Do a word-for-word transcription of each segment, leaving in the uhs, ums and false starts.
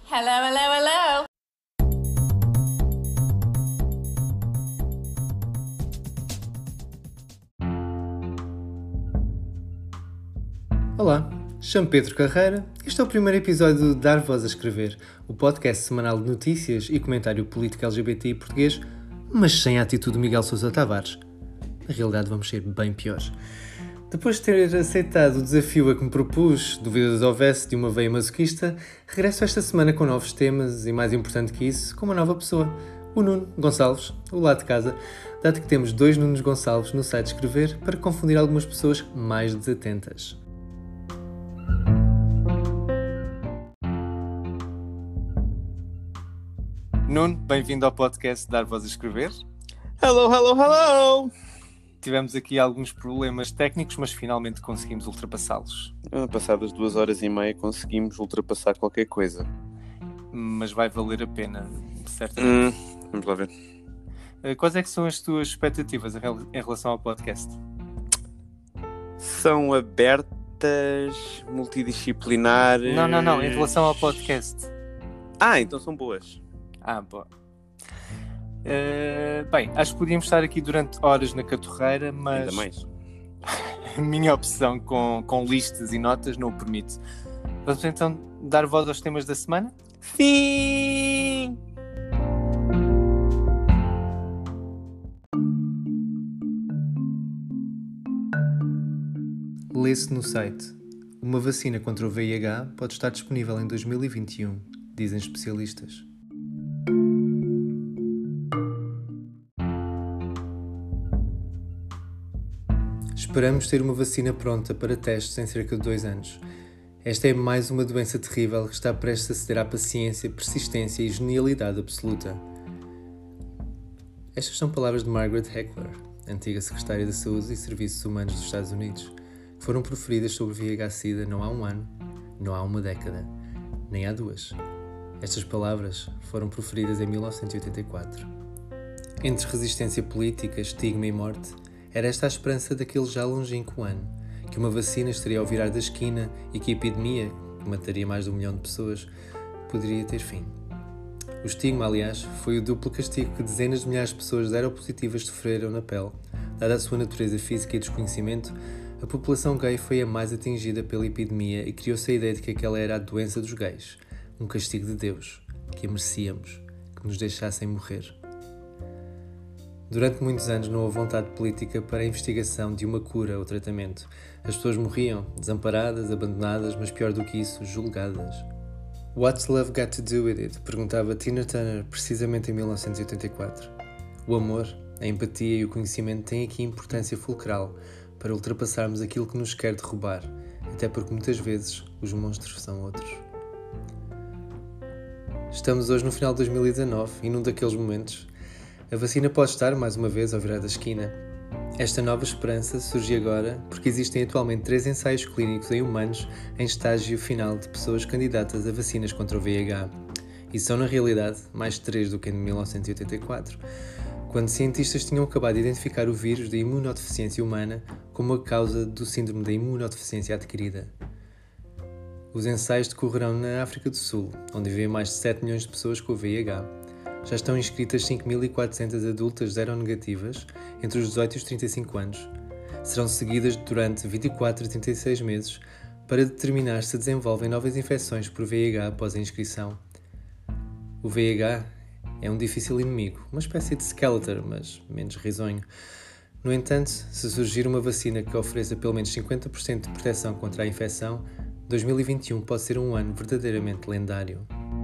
Hello, hello, hello! Olá, chamo Pedro Carreira e este é o primeiro episódio de Dar Voz a Escrever, o podcast semanal de notícias e comentário político L G B T I português, mas sem a atitude de Miguel Sousa Tavares. Na realidade vamos ser bem piores. Depois de ter aceitado o desafio a que me propus, dúvidas houvesse de uma veia masoquista, regresso esta semana com novos temas e, mais importante que isso, com uma nova pessoa, o Nuno Gonçalves, o lado de casa, dado que temos dois Nunos Gonçalves no site Escrever para confundir algumas pessoas mais desatentas. Nuno, bem-vindo ao podcast Dar Voz a Escrever. Hello, hello, hello! Tivemos aqui alguns problemas técnicos, mas finalmente conseguimos ultrapassá-los. Passadas duas horas e meia conseguimos ultrapassar qualquer coisa. Mas vai valer a pena, certamente. Hum, vamos lá ver. Quais é que são as tuas expectativas em relação ao podcast? São abertas, multidisciplinares... Não, não, não, em relação ao podcast. Ah, então são boas. Ah, boa. Uh, bem, acho que podíamos estar aqui durante horas na catorreira, mas Ainda mais. a minha obsessão com, com listas e notas não o permite. Vamos então dar voz aos temas da semana? Sim! Lê-se no site: uma vacina contra o V I H pode estar disponível em dois mil e vinte e um, dizem especialistas. Esperamos ter uma vacina pronta para testes em cerca de dois anos. Esta é mais uma doença terrível que está prestes a ceder à paciência, persistência e genialidade absoluta. Estas são palavras de Margaret Heckler, antiga secretária de Saúde e Serviços Humanos dos Estados Unidos, que foram proferidas sobre V I H-Sida não há um ano, não há uma década, nem há duas. Estas palavras foram proferidas em mil novecentos e oitenta e quatro. Entre resistência política, estigma e morte, era esta a esperança daquele já longínquo ano, que uma vacina estaria ao virar da esquina e que a epidemia, que mataria mais de um milhão de pessoas, poderia ter fim. O estigma, aliás, foi o duplo castigo que dezenas de milhares de pessoas seropositivas sofreram na pele. Dada a sua natureza física e desconhecimento, a população gay foi a mais atingida pela epidemia e criou-se a ideia de que aquela era a doença dos gays, um castigo de Deus, que a merecíamos, que nos deixassem morrer. Durante muitos anos não houve vontade política para a investigação de uma cura ou tratamento. As pessoas morriam, desamparadas, abandonadas, mas pior do que isso, julgadas. What's love got to do with it? Perguntava Tina Turner precisamente em mil novecentos e oitenta e quatro. O amor, a empatia e o conhecimento têm aqui importância fulcral para ultrapassarmos aquilo que nos quer derrubar, até porque muitas vezes os monstros são outros. Estamos hoje no final de dois mil e dezanove e num daqueles momentos. A vacina pode estar, mais uma vez, ao virar da esquina. Esta nova esperança surge agora porque existem atualmente três ensaios clínicos em humanos em estágio final de pessoas candidatas a vacinas contra o V I H. E são, na realidade, mais três do que em mil novecentos e oitenta e quatro, quando cientistas tinham acabado de identificar o vírus da imunodeficiência humana como a causa do síndrome da imunodeficiência adquirida. Os ensaios decorrerão na África do Sul, onde vivem mais de sete milhões de pessoas com o V I H. Já estão inscritas cinco mil e quatrocentas adultas seronegativas entre os dezoito e os trinta e cinco anos. Serão seguidas durante vinte e quatro a trinta e seis meses para determinar se desenvolvem novas infecções por V I H após a inscrição. O V I H é um difícil inimigo, uma espécie de Skeletor, mas menos risonho. No entanto, se surgir uma vacina que ofereça pelo menos cinquenta por cento de proteção contra a infecção, dois mil e vinte e um pode ser um ano verdadeiramente lendário.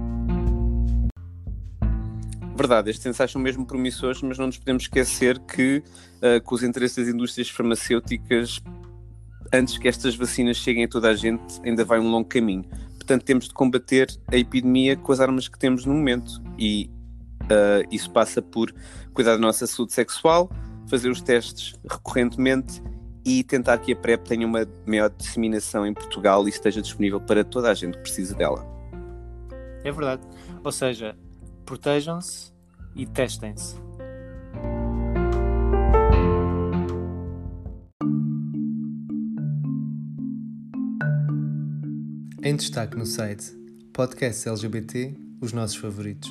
Verdade, estes ensaios são mesmo promissores, mas não nos podemos esquecer que, uh, com os interesses das indústrias farmacêuticas, antes que estas vacinas cheguem a toda a gente, ainda vai um longo caminho. Portanto, temos de combater a epidemia com as armas que temos no momento e uh, isso passa por cuidar da nossa saúde sexual, fazer os testes recorrentemente e tentar que a PrEP tenha uma maior disseminação em Portugal e esteja disponível para toda a gente que precisa dela. É verdade. Ou seja, protejam-se e testem-se. Em destaque no site: Podcasts L G B T, os nossos favoritos.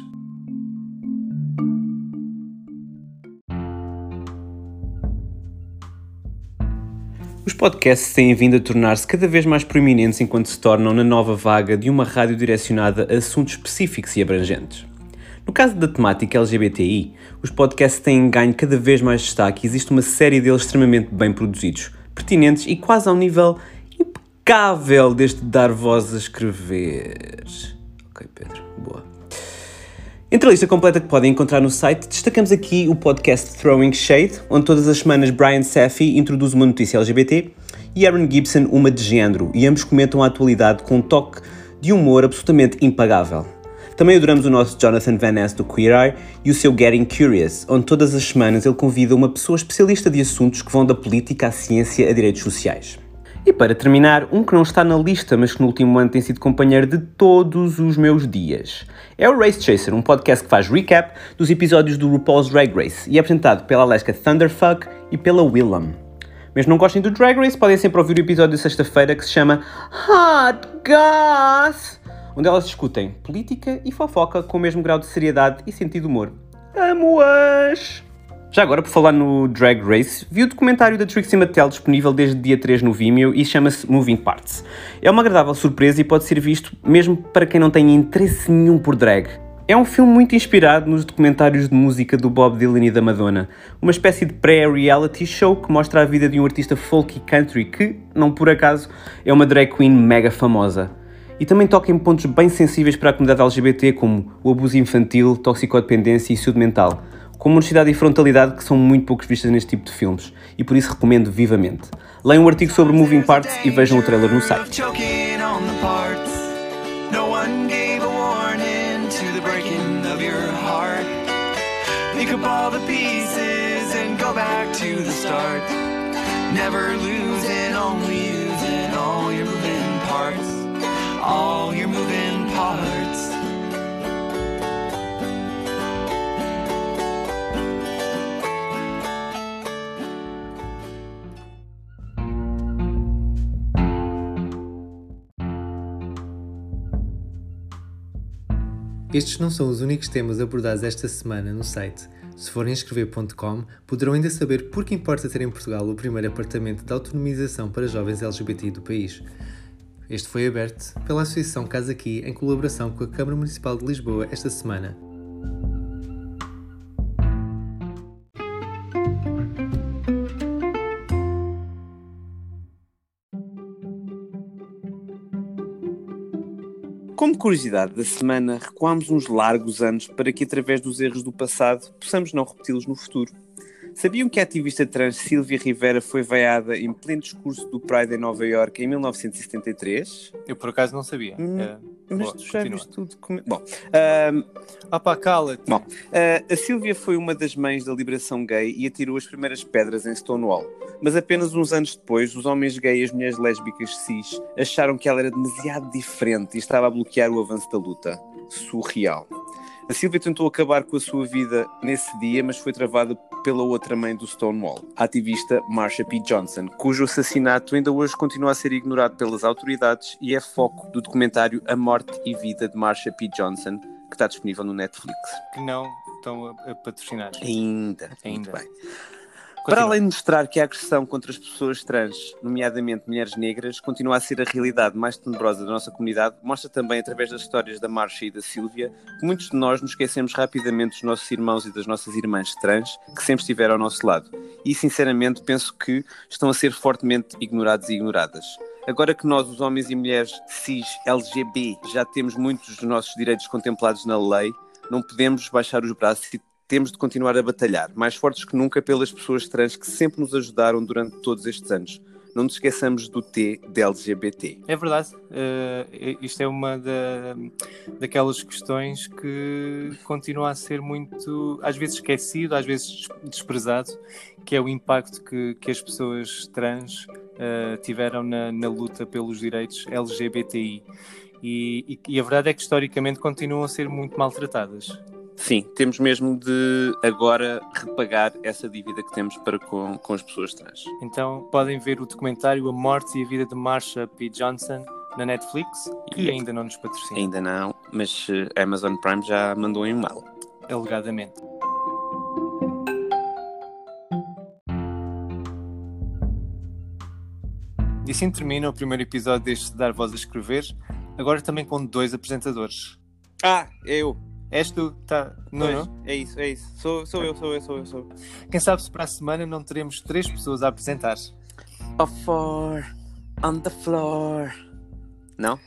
Os podcasts têm vindo a tornar-se cada vez mais proeminentes enquanto se tornam na nova vaga de uma rádio direcionada a assuntos específicos e abrangentes. No caso da temática L G B T I, os podcasts têm ganho cada vez mais destaque e existe uma série deles extremamente bem produzidos, pertinentes e quase ao nível impecável deste dar voz a escrever. Ok, Pedro, boa. Entre a lista completa que podem encontrar no site, destacamos aqui o podcast Throwing Shade, onde todas as semanas Brian Safi introduz uma notícia L G B T e Aaron Gibson uma de género, e ambos comentam a atualidade com um toque de humor absolutamente impagável. Também adoramos o nosso Jonathan Van Ness do Queer Eye e o seu Getting Curious, onde todas as semanas ele convida uma pessoa especialista de assuntos que vão da política à ciência a direitos sociais. E para terminar, um que não está na lista, mas que no último ano tem sido companheiro de todos os meus dias. É o Race Chaser, um podcast que faz recap dos episódios do RuPaul's Drag Race e é apresentado pela Alaska Thunderfuck e pela Willam. Mesmo não gostem do Drag Race, podem sempre ouvir o episódio de sexta-feira que se chama Hot Goss, onde elas discutem política e fofoca com o mesmo grau de seriedade e sentido de humor. Amo-as! Já agora, por falar no Drag Race, vi o documentário da Trixie Mattel disponível desde dia três no Vimeo e chama-se Moving Parts. É uma agradável surpresa e pode ser visto mesmo para quem não tenha interesse nenhum por drag. É um filme muito inspirado nos documentários de música do Bob Dylan e da Madonna, uma espécie de pré-reality show que mostra a vida de um artista folk e country que, não por acaso, é uma drag queen mega famosa. E também toca em pontos bem sensíveis para a comunidade L G B T, como o abuso infantil, toxicodependência e saúde mental, com uma honestidade e frontalidade que são muito poucos vistas neste tipo de filmes, e por isso recomendo vivamente. Leiam um artigo sobre Moving Parts e vejam o trailer no site. All your moving parts. Estes não são os únicos temas abordados esta semana no site. Se forem escrever ponto com, poderão ainda saber por que importa ter em Portugal o primeiro apartamento de autonomização para jovens L G B T I do país. Este foi aberto pela Associação Casa Aqui em colaboração com a Câmara Municipal de Lisboa esta semana. Como curiosidade da semana, recuámos uns largos anos para que, através dos erros do passado, possamos não repeti-los no futuro. Sabiam que a ativista trans Sylvia Rivera foi vaiada em pleno discurso do Pride em Nova Iorque em mil novecentos e setenta e três? Eu por acaso não sabia. Hum, é, mas boa, tu já continua. viste tudo como... Bom, uh, Ah pá, cala-te. bom uh, a Sylvia foi uma das mães da liberação gay e atirou as primeiras pedras em Stonewall. Mas apenas uns anos depois, os homens gays e as mulheres lésbicas cis acharam que ela era demasiado diferente e estava a bloquear o avanço da luta. Surreal. A Sylvia tentou acabar com a sua vida nesse dia, mas foi travada pela outra mãe do Stonewall, a ativista Marsha P. Johnson, cujo assassinato ainda hoje continua a ser ignorado pelas autoridades e é foco do documentário A Morte e Vida de Marsha P. Johnson, que está disponível no Netflix. Que não estão a, a patrocinar. Ainda. Ainda. Muito bem. Continua. Para além de mostrar que a agressão contra as pessoas trans, nomeadamente mulheres negras, continua a ser a realidade mais tenebrosa da nossa comunidade, mostra também, através das histórias da Marsha e da Sylvia, que muitos de nós nos esquecemos rapidamente dos nossos irmãos e das nossas irmãs trans, que sempre estiveram ao nosso lado. E, sinceramente, penso que estão a ser fortemente ignorados e ignoradas. Agora que nós, os homens e mulheres cis, L G B, já temos muitos dos nossos direitos contemplados na lei, não podemos baixar os braços e temos de continuar a batalhar, mais fortes que nunca, pelas pessoas trans que sempre nos ajudaram durante todos estes anos. Não nos esqueçamos do T de L G B T. É verdade. Uh, isto é uma da, daquelas questões que continua a ser muito, às vezes esquecido, às vezes desprezado, que é o impacto que, que as pessoas trans uh, tiveram na, na luta pelos direitos L G B T I. E, e, e a verdade é que historicamente continuam a ser muito maltratadas. Sim, temos mesmo de agora repagar essa dívida que temos para com, com as pessoas trans. Então podem ver o documentário A Morte e a Vida de Marsha P. Johnson na Netflix, que E- ainda não nos patrocina, Ainda não, mas uh, a Amazon Prime já mandou um e-mail. alegadamente. E assim termina o primeiro episódio deste Dar Voz a Escrever, agora também com dois apresentadores. Ah, eu. És tu, tá? Não, Pois, não? é isso, é isso. Sou, sou eu, sou eu, sou eu, sou eu. Quem sabe se para a semana não teremos três pessoas a apresentar. Oh, four, on the floor. Não?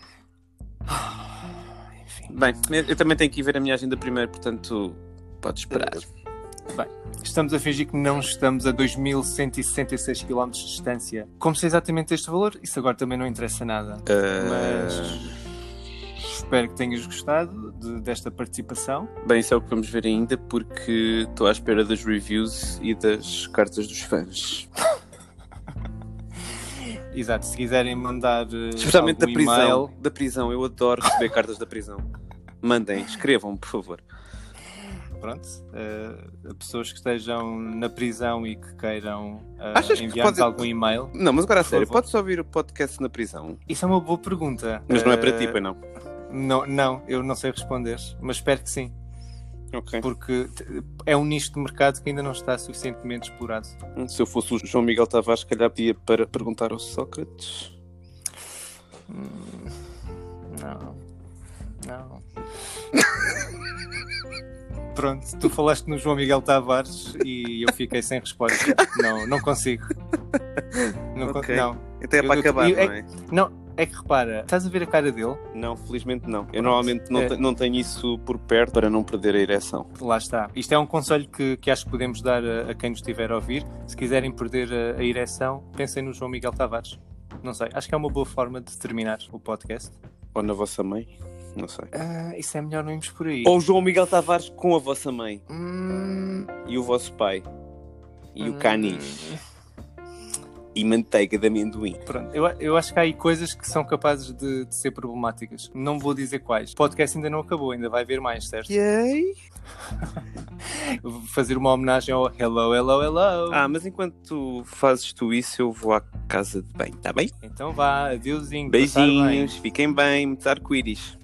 Enfim. Bem, eu, eu também tenho que ir ver a minha agenda primeiro, portanto, pode esperar. Bem, estamos a fingir que não estamos a dois mil cento e sessenta e seis quilómetros de distância. Como sei exatamente este valor, isso agora também não interessa nada. Uh, Mas espero que tenhas gostado de- desta participação. Bem, isso é o que vamos ver ainda, porque estou à espera das reviews e das cartas dos fãs. Exato, se quiserem mandar eh, Especialmente da algum prisão. e-mail, Da prisão, eu adoro receber cartas da prisão. Mandem, escrevam, por favor. pronto, eh, a pessoas que estejam na prisão e que queiram eh, Achas que enviar-nos pode- algum e-mail. Não, mas agora a Por sério, favor. podes ouvir o podcast na prisão? Isso é uma boa pergunta. Mas não é para Eh, ti, pois não? Não, não, eu não sei responder, mas espero que sim, Ok. porque t- é um nicho de mercado que ainda não está suficientemente explorado. Se eu fosse o João Miguel Tavares, se calhar pedia para perguntar ao Sócrates. Hum, Não, não. Pronto, tu falaste no João Miguel Tavares e eu fiquei sem resposta. Não, não consigo. Não, con- Ok. não. Até é Eu- para eu- acabar, eu- não é- é? não, é que repara, estás a ver a cara dele? Não, felizmente não. Eu Pronto. normalmente não, É. te- não tenho isso por perto para não perder a ereção. Lá está. Isto é um conselho que, que acho que podemos dar a, a quem nos estiver a ouvir. Se quiserem perder a, a ereção, pensem no João Miguel Tavares. Não sei, acho que é uma boa forma de terminar o podcast. Ou na vossa mãe, não sei. Ah, isso é melhor não irmos por aí. Ou o João Miguel Tavares com a vossa mãe Hum, e o vosso pai. E o hum, canis. E manteiga de amendoim. Pronto, eu, eu acho que há aí coisas que são capazes de, de ser problemáticas. Não vou dizer quais. O podcast ainda não acabou, ainda vai haver mais, certo? Yay! Vou fazer uma homenagem ao Hello, Hello, Hello. Ah, mas enquanto fazes tu isso, eu vou à casa de banho, tá bem? Então vá, adeusinho. passar bem. Beijinhos, fiquem bem, muitos arco-íris.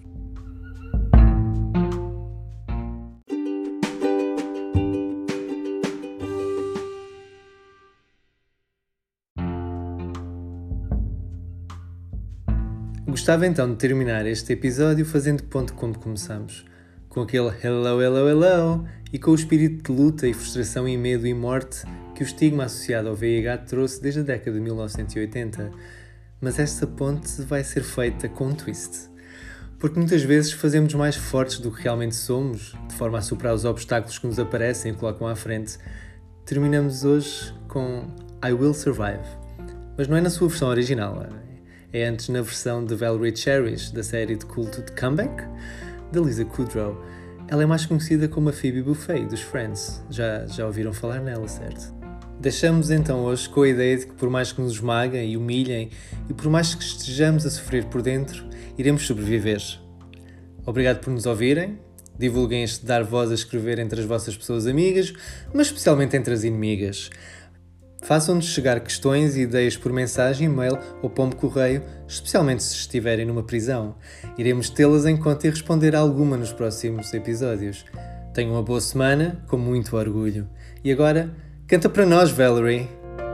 Gostava então de terminar este episódio fazendo ponto como começamos, com aquele hello, hello, hello e com o espírito de luta e frustração e medo e morte que o estigma associado ao V I H trouxe desde a década de mil novecentos e oitenta. Mas esta ponte vai ser feita com um twist. Porque muitas vezes fazemos mais fortes do que realmente somos, de forma a superar os obstáculos que nos aparecem e colocam à frente. Terminamos hoje com I Will Survive. Mas não é na sua versão original, é antes na versão de Valerie Cherish, da série de culto de Comeback, da Lisa Kudrow. Ela é mais conhecida como a Phoebe Buffay, dos Friends. Já, já ouviram falar nela, certo? Deixamos então hoje com a ideia de que por mais que nos esmaguem e humilhem e por mais que estejamos a sofrer por dentro, iremos sobreviver. Obrigado por nos ouvirem. Divulguem este Dar Voz a Escrever entre as vossas pessoas amigas, mas especialmente entre as inimigas. Façam-nos chegar questões e ideias por mensagem, e-mail ou pombo correio, especialmente se estiverem numa prisão. Iremos tê-las em conta e responder a alguma nos próximos episódios. Tenham uma boa semana, com muito orgulho. E agora, canta para nós, Valerie!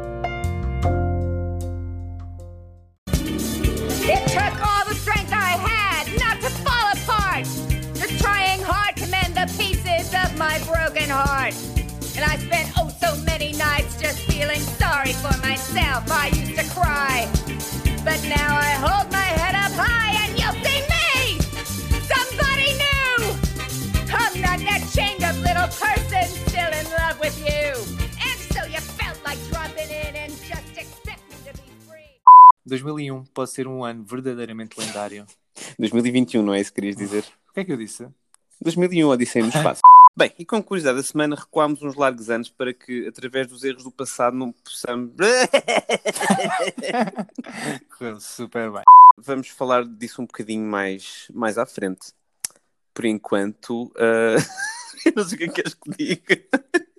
It took all the strength I had not to fall apart. Just trying hard to mend the pieces of my broken heart. And I spent oh so many nights just feeling sorry for myself. I used to cry. But now I hold my head up high and you'll see me! Somebody new! I'm not that chained up little person still in love with you. And so you felt like dropping in and just expecting to be free. dois mil e um pode ser um ano verdadeiramente lendário. dois mil e vinte e um, não é isso que querias dizer? O que é que eu disse? dois mil e um, Odisseia no Espaço. Bem, e com curiosidade da semana, recuámos uns largos anos para que, através dos erros do passado, não possamos... Correu super bem. Vamos falar disso um bocadinho mais, mais à frente. Por enquanto, uh... eu não sei o que é que queres que diga.